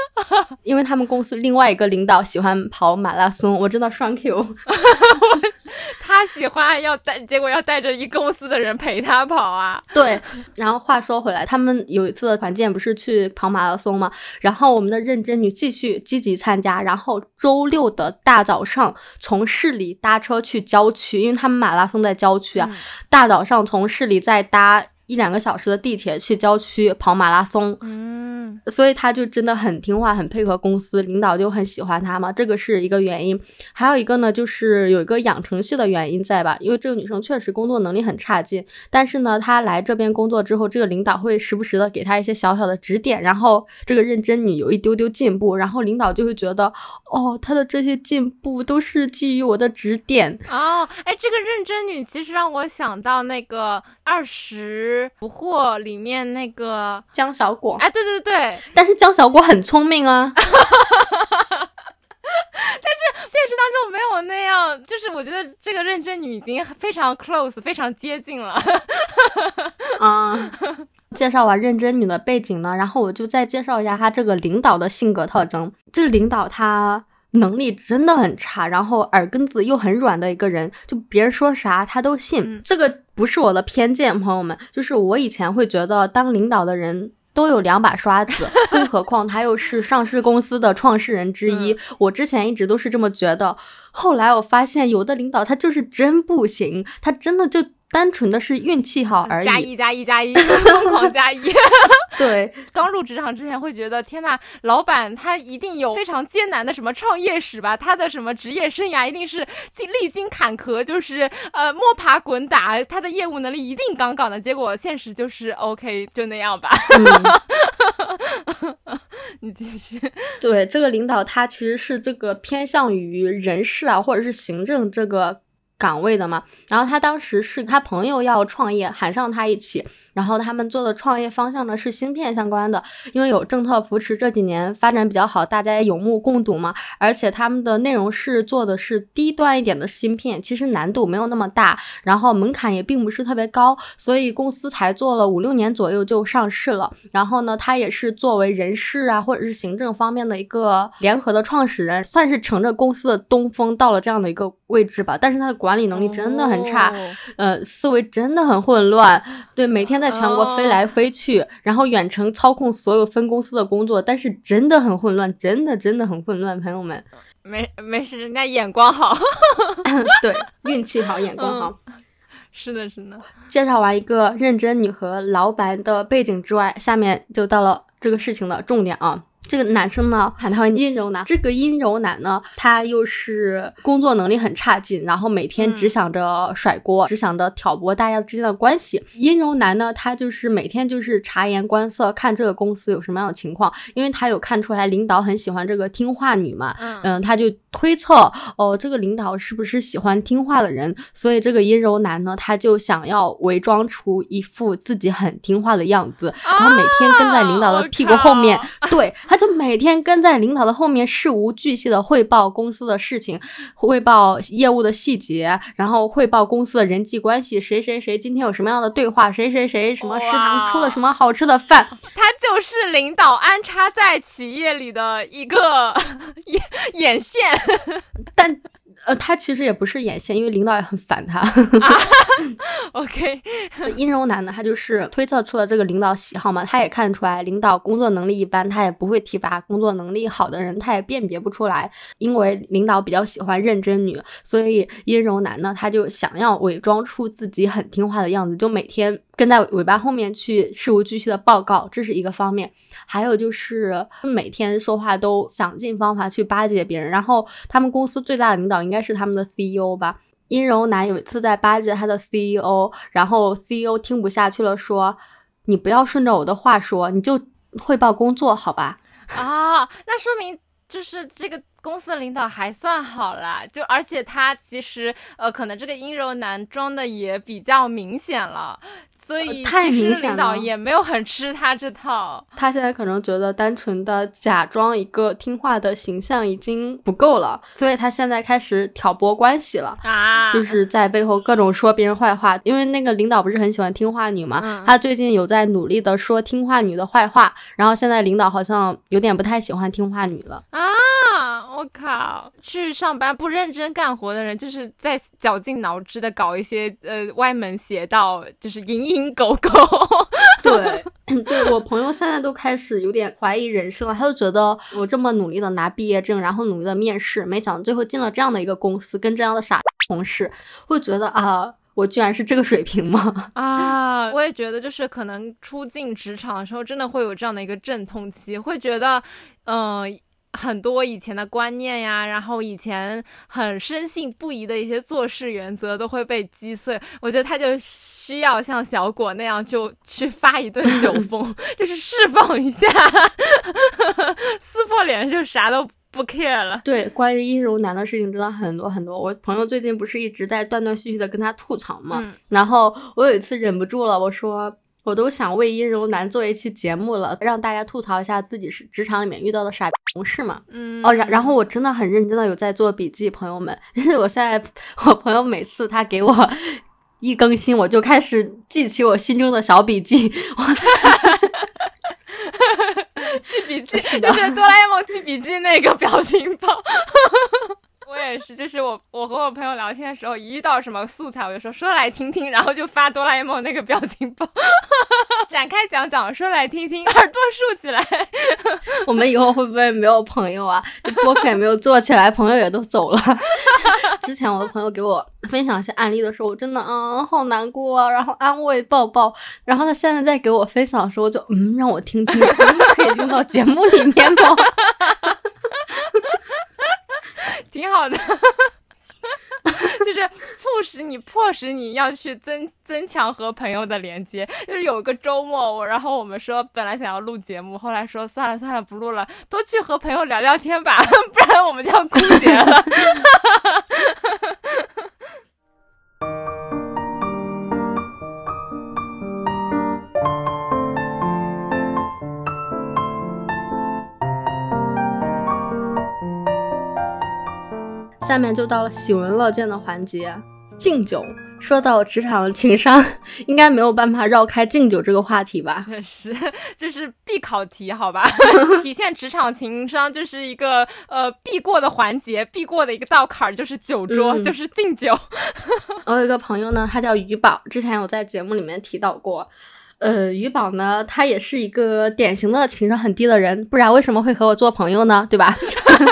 因为他们公司另外一个领导喜欢跑马拉松，我真的双 Q。 他喜欢结果要带着一公司的人陪他跑啊。 对，然后话说回来，他们有一次的团建不是去跑马拉松吗？然后我们的认真女继续积极参加，然后周六的大早上从市里搭车去郊区，因为他们马拉松在郊区啊，大早上从市里再搭1-2个小时的地铁去郊区跑马拉松。所以他就真的很听话，很配合公司，领导就很喜欢他嘛，这个是一个原因。还有一个呢，就是有一个养成系的原因在吧，因为这个女生确实工作能力很差劲，但是呢她来这边工作之后，这个领导会时不时的给她一些小小的指点，然后这个认真女有一丢丢进步，然后领导就会觉得她的这些进步都是基于我的指点。 这个认真女其实让我想到那个20不惑里面那个江小果。 对， 但是江小果很聪明啊。但是现实当中没有那样，就是我觉得这个认真女已经非常 close 非常接近了。 介绍完认真女的背景呢，然后我就再介绍一下她这个领导的性格特征。这个领导她能力真的很差，然后耳根子又很软的一个人，就别人说啥他都信。这个不是我的偏见，朋友们，就是我以前会觉得当领导的人都有2把刷子，更何况他又是上市公司的创始人之一。我之前一直都是这么觉得，后来我发现有的领导他就是真不行，他真的就单纯的是运气好而已。 +1+1+1疯狂+1。 对， 刚入职场之前会觉得天哪，老板他一定有非常艰难的什么创业史吧，他的什么职业生涯一定是历经坎坷，就是摸爬滚打，他的业务能力一定杠杠的。结果现实就是 OK 就那样吧。你继续。 对，这个领导他其实是这个偏向于人事啊或者是行政这个岗位的嘛，然后他当时是他朋友要创业，喊上他一起，然后他们做的创业方向呢是芯片相关的，因为有政策扶持，这几年发展比较好，大家也有目共睹嘛。而且他们的内容是做的是低端一点的芯片，其实难度没有那么大，然后门槛也并不是特别高，所以公司才做了5-6年左右就上市了。然后呢，他也是作为人事啊或者是行政方面的一个联合的创始人，算是乘着公司的东风到了这样的一个位置吧。但是他的管理能力真的很差，思维真的很混乱，对，每天在全国飞来飞去，然后远程操控所有分公司的工作，但是真的很混乱，真的很混乱，朋友们。 没事，人家眼光好。 对，运气好，眼光好。 是的。 介绍完一个认真女和老板的背景之外，下面就到了这个事情的重点啊。这个男生呢，喊他为阴柔男。这个阴柔男呢，他又是工作能力很差劲，然后每天只想着甩锅，只想着挑拨大家之间的关系。阴柔男呢，他就是每天就是察言观色，看这个公司有什么样的情况，因为他有看出来领导很喜欢这个听话女嘛，他就推测这个领导是不是喜欢听话的人，所以这个阴柔男呢，他就想要伪装出一副自己很听话的样子，然后每天跟在领导的屁股后面，对，他就每天跟在领导的后面，事无巨细的汇报公司的事情，汇报业务的细节，然后汇报公司的人际关系，谁今天有什么样的对话，谁什么食堂出了什么好吃的饭。 他就是领导安插在企业里的一个眼线。 但他其实也不是眼线，因为领导也很烦他。 OK， 阴柔男呢，他就是推测出了这个领导喜好嘛，他也看出来领导工作能力一般，他也不会提拔工作能力好的人，他也辨别不出来。因为领导比较喜欢认真女，所以阴柔男呢，他就想要伪装出自己很听话的样子，就每天跟在尾巴后面去事无巨细的报告，这是一个方面。还有就是每天说话都想尽方法去巴结别人，然后他们公司最大的领导应该是他们的 CEO 吧。阴柔男有一次在巴结他的 CEO， 然后 CEO 听不下去了，说你不要顺着我的话说，你就汇报工作好吧。 那说明就是这个公司的领导还算好啦，就而且他其实可能这个阴柔男装的也比较明显了，所以太明显了， 领导也没有很吃他这套。 他现在可能觉得单纯的假装一个听话的形象已经不够了，所以他现在开始挑拨关系了就是在背后各种说别人坏话。因为那个领导不是很喜欢听话女嘛，他最近有在努力的说听话女的坏话，然后现在领导好像有点不太喜欢听话女了我靠，去上班不认真干活的人，就是在绞尽脑汁的搞一些歪门邪道，就是蝇营狗苟。 对对，我朋友现在都开始有点怀疑人生了，他就觉得我这么努力的拿毕业证，然后努力的面试，没想到最后进了这样的一个公司，跟这样的傻同事，会觉得啊，我居然是这个水平吗？ 啊，我也觉得就是可能初进职场的时候真的会有这样的一个阵痛期，会觉得很多以前的观念呀，然后以前很深信不疑的一些做事原则都会被击碎。我觉得他就需要像小果那样就去发一顿酒疯就是释放一下撕破脸就啥都不 care 了。 对，关于阴柔男的事情真的很多很多。我朋友最近不是一直在断断续续的跟他吐槽嘛，然后我有一次忍不住了，我说我都想为阴柔男做一期节目了，让大家吐槽一下自己是职场里面遇到的傻同事嘛。然后我真的很认真的有在做笔记，朋友们。就是我现在我朋友每次他给我一更新，我就开始记起我心中的小笔记。 记笔记就是哆啦 A 梦记笔记那个表情包。我也是，就是我和我朋友聊天的时候，一遇到什么素材我就说来听听，然后就发哆啦 A 梦那个表情包展开讲讲，说来听听，耳朵竖起来。 我们以后会不会没有朋友啊？播客也没有做起来，朋友也都走了。之前我的朋友给我分享一些案例的时候，我真的好难过啊，然后安慰抱抱。然后他现在在给我分享的时候就让我听听，可以用到节目里面吗？ 挺好的。就是迫使你要去增强和朋友的连接。就是有一个周末然后我们说本来想要录节目，后来说算了不录了，多去和朋友聊聊天吧，不然我们就要枯竭了。 下面就到了喜闻乐见的环节，敬酒。说到职场的情商，应该没有办法绕开敬酒这个话题吧？ 确实，就是必考题，好吧？体现职场情商就是一个必过的环节，必过的一个道坎就是酒桌，就是敬酒。 我有一个朋友呢，他叫于宝，之前有在节目里面提到过。于宝呢，他也是一个典型的情商很低的人，不然为什么会和我做朋友呢？对吧？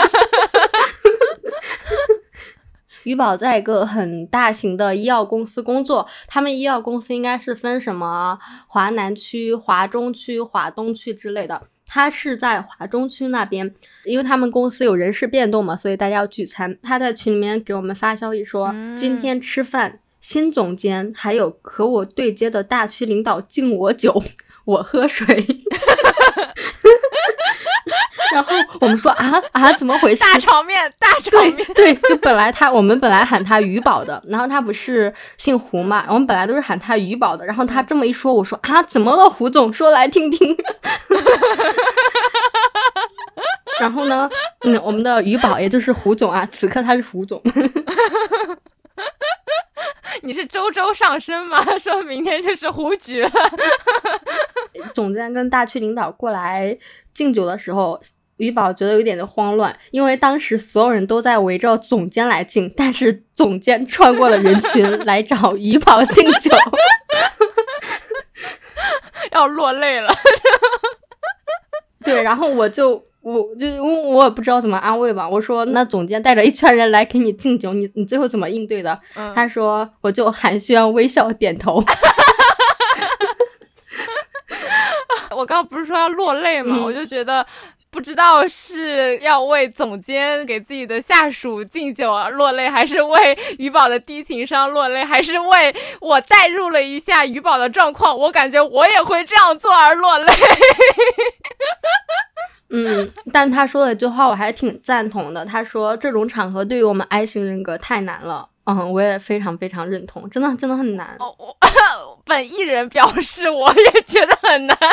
于宝在一个很大型的医药公司工作，他们医药公司应该是分什么华南区、华中区、华东区之类的，他是在华中区那边，因为他们公司有人事变动嘛，所以大家要聚餐。他在群里面给我们发消息说，今天吃饭新总监还有和我对接的大区领导敬我酒，我喝水。然后我们说怎么回事？ 大场面。 对，就我们本来喊他于宝的，然后他不是姓胡嘛，我们本来都是喊他于宝的，然后他这么一说，我说怎么了胡总？说来听听。然后呢，我们的于宝也就是胡总啊，此刻他是胡总。 你是周上升吗？说明天就是胡局了。 总监跟大区领导过来敬酒的时候，于宝觉得有点的慌乱，因为当时所有人都在围着总监来敬，但是总监穿过了人群来找于宝敬酒。 要落泪了。 对，然后我也不知道怎么安慰吧，我说那总监带着一圈人来给你敬酒，你最后怎么应对的？他说我就寒暄微笑点头。 我刚刚不是说要落泪吗？我就觉得不知道是要为总监给自己的下属敬酒而落泪，还是为于宝的低情商落泪，还是为我代入了一下于宝的状况，我感觉我也会这样做而落泪。 但他说了一句话我还挺赞同的，他说这种场合对于我们 I 型人格太难了。我也非常非常认同，真的很难。 本艺人表示我也觉得很难。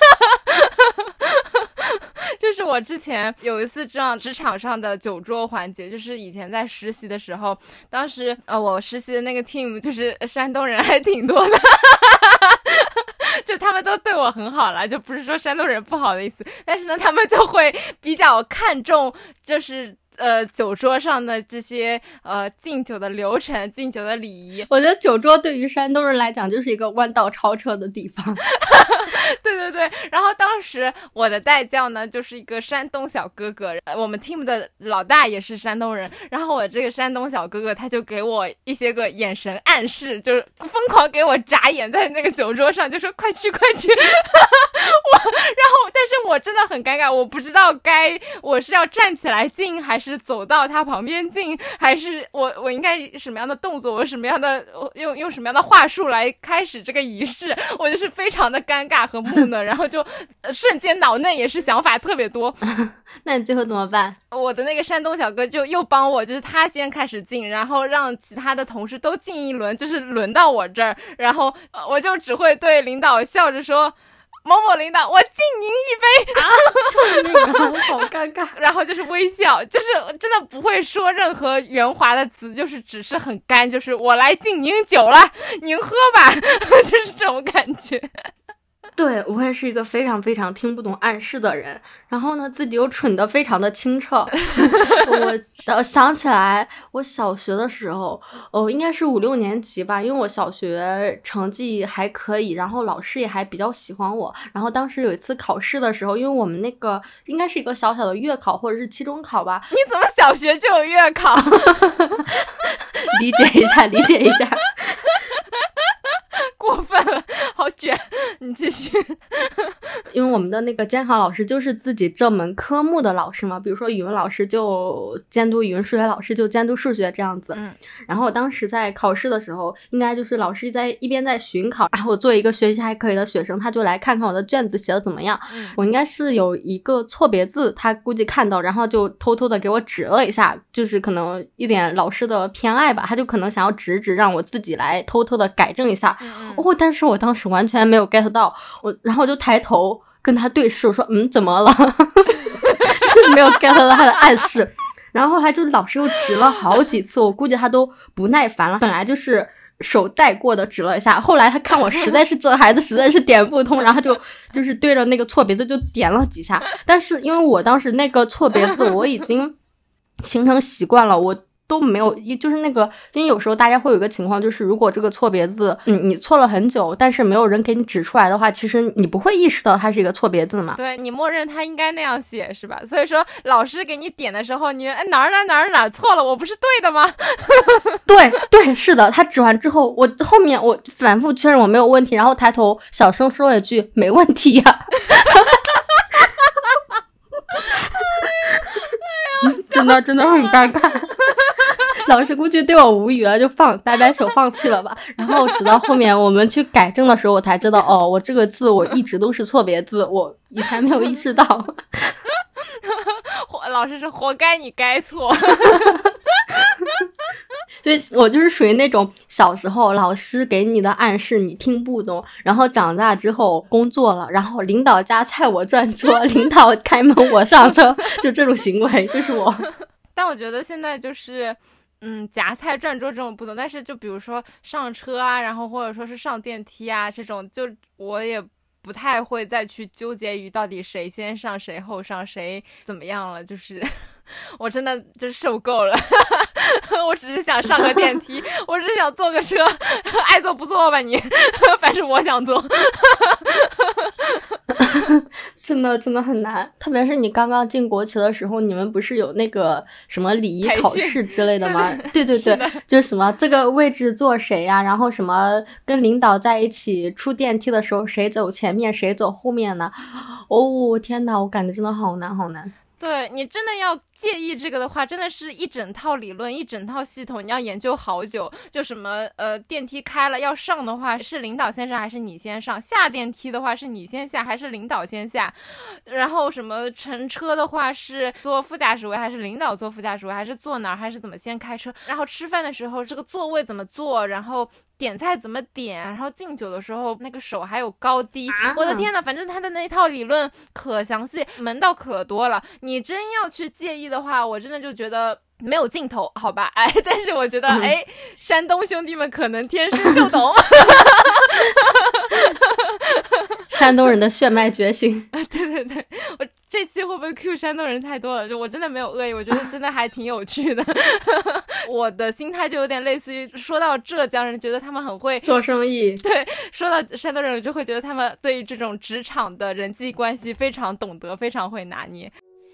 就是我之前有一次这样职场上的酒桌环节，就是以前在实习的时候，当时我实习的那个 team 就是山东人还挺多的。就他们都对我很好了，就不是说山东人不好的意思，但是呢他们就会比较看重就是酒桌上的这些敬酒的流程、敬酒的礼仪。 我觉得酒桌对于山东人来讲就是一个弯道超车的地方。 对对对，然后当时我的带教呢就是一个山东小哥哥，我们 team 的老大也是山东人，然后我这个山东小哥哥他就给我一些个眼神暗示，就是疯狂给我眨眼，在那个酒桌上就说快去快去。然后但是我真的很尴尬，我不知道我是要站起来敬，还是走到他旁边敬，还是我应该什么样的动作，我什么样的用什么样的话术来开始这个仪式，我就是非常的尴尬和木讷，然后就瞬间脑内也是想法特别多。 那你最后怎么办？ 我的那个山东小哥就又帮我，就是他先开始敬，然后让其他的同事都敬一轮，就是轮到我这儿，然后我就只会对领导笑着说某某领导，我敬您一杯啊！救命啊，好尴尬。 然后就是微笑，就是真的不会说任何圆滑的词，就是只是很干，就是我来敬您酒了，您喝吧，就是这种感觉。 对，我也是一个非常非常听不懂暗示的人，然后呢自己又蠢得非常的清澈。我想起来我小学的时候应该是5、6年级吧，因为我小学成绩还可以，然后老师也还比较喜欢我，然后当时有一次考试的时候，因为我们那个应该是一个小小的月考或者是期中考吧。 你怎么小学就有月考？ 理解一下理解一下。 过分了，好卷，你继续。 因为我们的那个监考老师就是自己这门科目的老师嘛，比如说语文老师就监督语文，数学老师就监督数学这样子。然后我当时在考试的时候，应该就是老师一边在巡考，然后我作为一个学习还可以的学生，他就来看看我的卷子写的怎么样。我应该是有一个错别字，他估计看到，然后就偷偷的给我指了一下，就是可能一点老师的偏爱吧，他就可能想要指让我自己来偷偷的改正一下。但是我当时完全没有 get 到，然后我就抬头跟他对视，我说怎么了？就是没有 get 到他的暗示。然后后来就老师又指了好几次，我估计他都不耐烦了，本来就是手带过的指了一下，后来他看我实在是这孩子实在是点不通，然后就是对着那个错别字就点了几下。但是因为我当时那个错别字我已经形成习惯了，我都没有，就是那个，因为有时候大家会有一个情况，就是如果这个错别字你错了很久，但是没有人给你指出来的话，其实你不会意识到它是一个错别字嘛。 对，你默认它应该那样写是吧？所以说老师给你点的时候，你哪儿错了，我不是对的吗？ 对，是的，他指完之后，我后面我反复确认我没有问题，然后抬头小声说了一句没问题呀。真的很尴尬。老师估计对我无语了，就摆手放弃了吧。然后直到后面我们去改正的时候，我才知道我这个字我一直都是错别字，我以前没有意识到。 老师说活该你该错。 所以我就是属于那种小时候老师给你的暗示你听不懂，然后长大之后工作了，然后领导夹菜我转桌，领导开门我上车，就这种行为就是我。 但我觉得现在就是夹菜转桌这种不懂，但是就比如说上车啊，然后或者说是上电梯啊这种，就我也不太会再去纠结于到底谁先上谁后上谁怎么样了，就是我真的就受够了。我只是想上个电梯，我只是想坐个车，爱坐不坐吧你，反正我想坐。 真的很难，特别是你刚刚进国企的时候，你们不是有那个什么礼仪考试之类的吗？对，就是什么这个位置坐谁呀，然后什么跟领导在一起出电梯的时候谁走前面谁走后面呢？天哪，我感觉真的好难。 对，你真的要介意这个的话，真的是一整套理论一整套系统，你要研究好久。就什么电梯开了要上的话，是领导先上还是你先上？下电梯的话是你先下还是领导先下？然后什么乘车的话是坐副驾驶位还是领导坐副驾驶位，还是坐哪儿，还是怎么先开车？然后吃饭的时候这个座位怎么坐，然后点菜怎么点，然后敬酒的时候那个手还有高低，我的天哪，反正他的那套理论可详细，门道可多了。你真要去介意的话，我真的就觉得没有尽头，好吧？但是我觉得山东兄弟们可能天生就懂。山东人的血脉觉醒。 对，我这期会不会 Q 山东人太多了？就我真的没有恶意，我觉得真的还挺有趣的。我的心态就有点类似于说到浙江人，觉得他们很会做生意， 对，说到山东人，我就会觉得他们对于这种职场的人际关系非常懂得，非常会拿捏。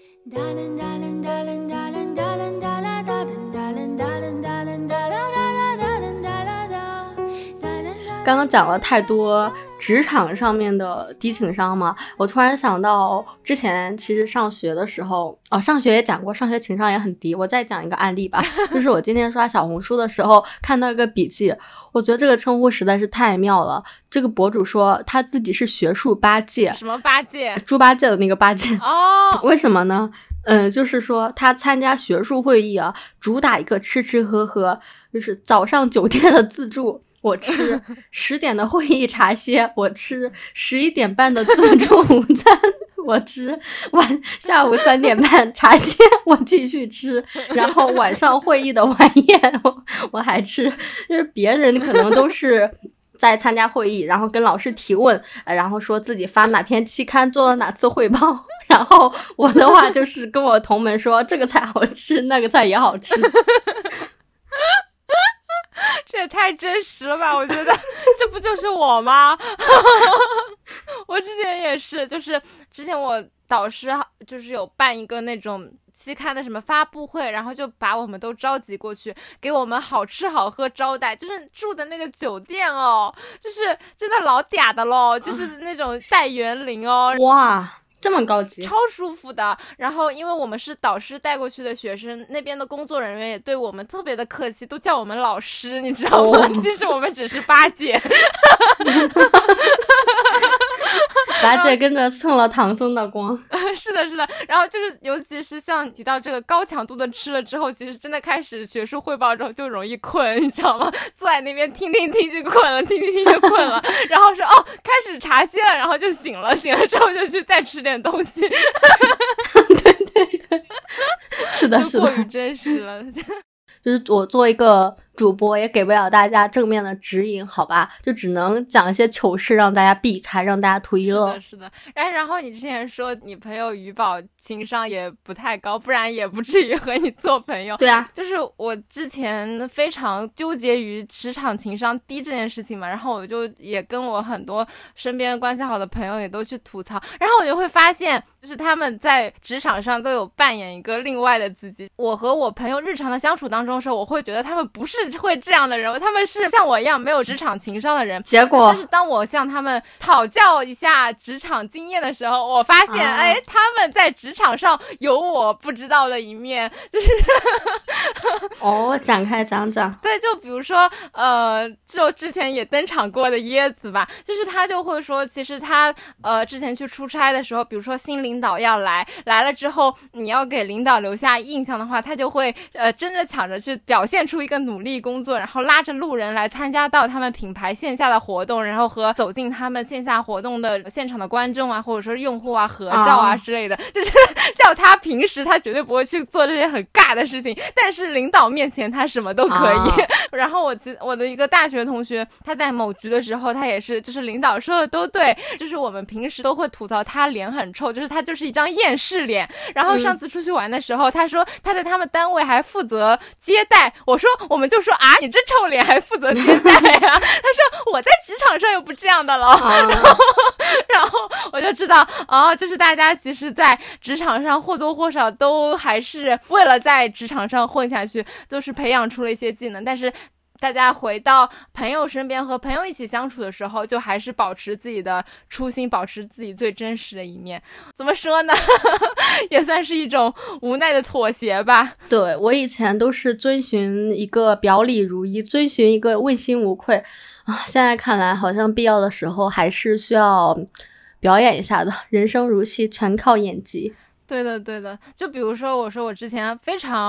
刚刚讲了太多职场上面的低情商嘛，我突然想到之前其实上学的时候，上学也讲过，上学情商也很低。我再讲一个案例吧，就是我今天刷小红书的时候看到一个笔记，我觉得这个称呼实在是太妙了。这个博主说他自己是学术八戒。 什么八戒？ 猪八戒的那个八戒。 哦， 为什么呢？就是说他参加学术会议啊，主打一个吃吃喝喝，就是早上酒店的自助我吃，10点的会议茶歇我吃，11点半的自助午餐我吃，下午3点半茶歇我继续吃，然后晚上会议的晚宴我还吃。就是别人可能都是在参加会议，然后跟老师提问，然后说自己发哪篇期刊，做了哪次汇报。然后我的话就是跟我同门说这个菜好吃，那个菜也好吃。 这也太真实了吧，我觉得这不就是我吗？我之前也是，就是之前我导师就是有办一个那种期刊的什么发布会，然后就把我们都召集过去，给我们好吃好喝招待，就是住的那个酒店哦，就是真的老嗲的咯，就是那种带园林哦， 哇，这么高级， 超舒服的。然后因为我们是导师带过去的学生，那边的工作人员也对我们特别的客气，都叫我们老师，你知道吗？其实我们只是八戒。 八戒跟着蹭了唐僧的光。 是的是的，然后就是尤其是像提到这个高强度的吃了之后，其实真的开始学术汇报之后就容易困，你知道吗？坐在那边听就困了，听就困了，然后说开始茶歇了，然后就醒了之后就去再吃点东西。 对对对，是的是的， 过于真实了。 就是我做一个主播也给不了大家正面的指引，好吧，就只能讲一些糗事让大家避开，让大家图一乐。 是的。然后你之前说你朋友于宝情商也不太高，不然也不至于和你做朋友。 对啊， 就是我之前非常纠结于职场情商低这件事情嘛，然后我就也跟我很多身边关系好的朋友也都去吐槽，然后我就会发现就是他们在职场上都有扮演一个另外的自己。我和我朋友日常的相处当中的时候，我会觉得他们不是会这样的人，他们是像我一样没有职场情商的人。 结果但是当我向他们讨教一下职场经验的时候，我发现他们在职场上有我不知道的一面，就是展开讲讲。 对，就比如说就之前也登场过的椰子吧，就是他就会说其实他之前去出差的时候，比如说新领导要来了之后，你要给领导留下印象的话，他就会争着抢着去表现出一个努力工作，然后拉着路人来参加到他们品牌线下的活动，然后和走进他们线下活动的现场的观众啊，或者说用户啊合照啊之类的，就是叫他平时他绝对不会去做这些很尬的事情，但是领导面前他什么都可以。然后我的一个大学同学，他在某局的时候，他也是就是领导说的都对，就是我们平时都会吐槽他脸很臭，就是他就是一张厌世脸。然后上次出去玩的时候，他说他在他们单位还负责接待，我们就说你这臭脸还负责接待啊？他说我在职场上又不这样的了。然后我就知道就是大家其实在职场上或多或少都还是为了在职场上混下去，都是培养出了一些技能，但是大家回到朋友身边和朋友一起相处的时候，就还是保持自己的初心，保持自己最真实的一面。怎么说呢？也算是一种无奈的妥协吧。 对，我以前都是遵循一个表里如一，遵循一个问心无愧现在看来好像必要的时候还是需要表演一下的，人生如戏，全靠演技。 对的对的，就比如说我说我之前非常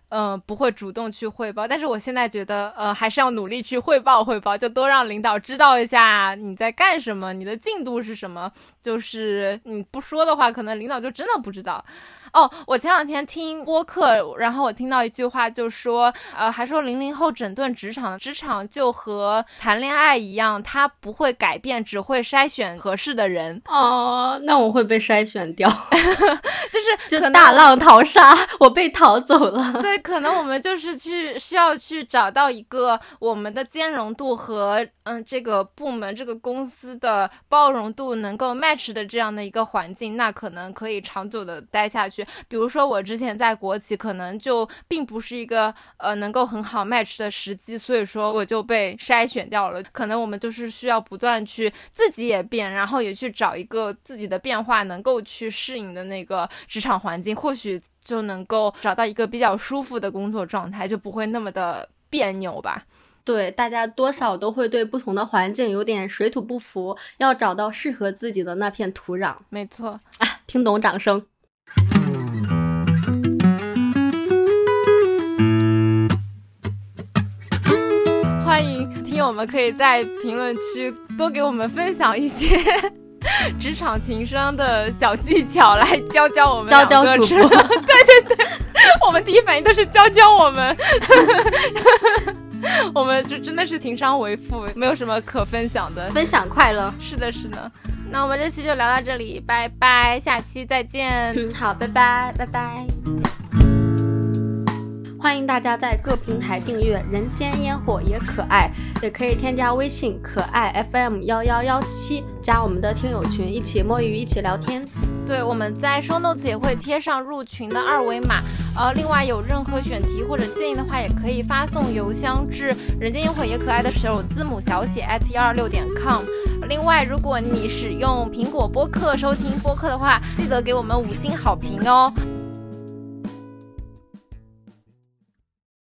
不会主动去汇报，但是我现在觉得还是要努力去汇报，就多让领导知道一下你在干什么，你的进度是什么，就是你不说的话可能领导就真的不知道。我前两天听播客，然后我听到一句话就说还说00后整顿职场就和谈恋爱一样，它不会改变，只会筛选合适的人。 那我会被筛选掉就大浪淘沙，我被淘走了。 对，可能我们就是需要去找到一个我们的兼容度和这个部门这个公司的包容度能够 match 的这样的一个环境，那可能可以长久的待下去。比如说我之前在国企可能就并不是一个能够很好 match 的时机，所以说我就被筛选掉了。可能我们就是需要不断去自己也变，然后也去找一个自己的变化能够去适应的那个职场环境，或许就能够找到一个比较舒服的工作状态，就不会那么的别扭吧。 对，大家多少都会对不同的环境有点水土不服，要找到适合自己的那片土壤。 没错， 听懂掌声。 欢迎听友们可以在评论区多给我们分享一些职场情商的小技巧，来教我们教主播对，我们第一反应都是教我们我们就真的是情商为负，没有什么可分享的， 分享快乐。 是的那我们这期就聊到这里，拜拜，下期再见。 好，拜拜。欢迎大家在各平台订阅人间烟火也可爱，也可以添加微信可爱 FM1117 加我们的听友群，一起摸鱼，一起聊天。 对，我们在 show notes 也会贴上入群的2维码。另外有任何选题或者建议的话，也可以发送邮箱至人间烟火也可爱的首字母小写@126.com。另外，如果你使用苹果播客收听播客的话，记得给我们5星好评哦。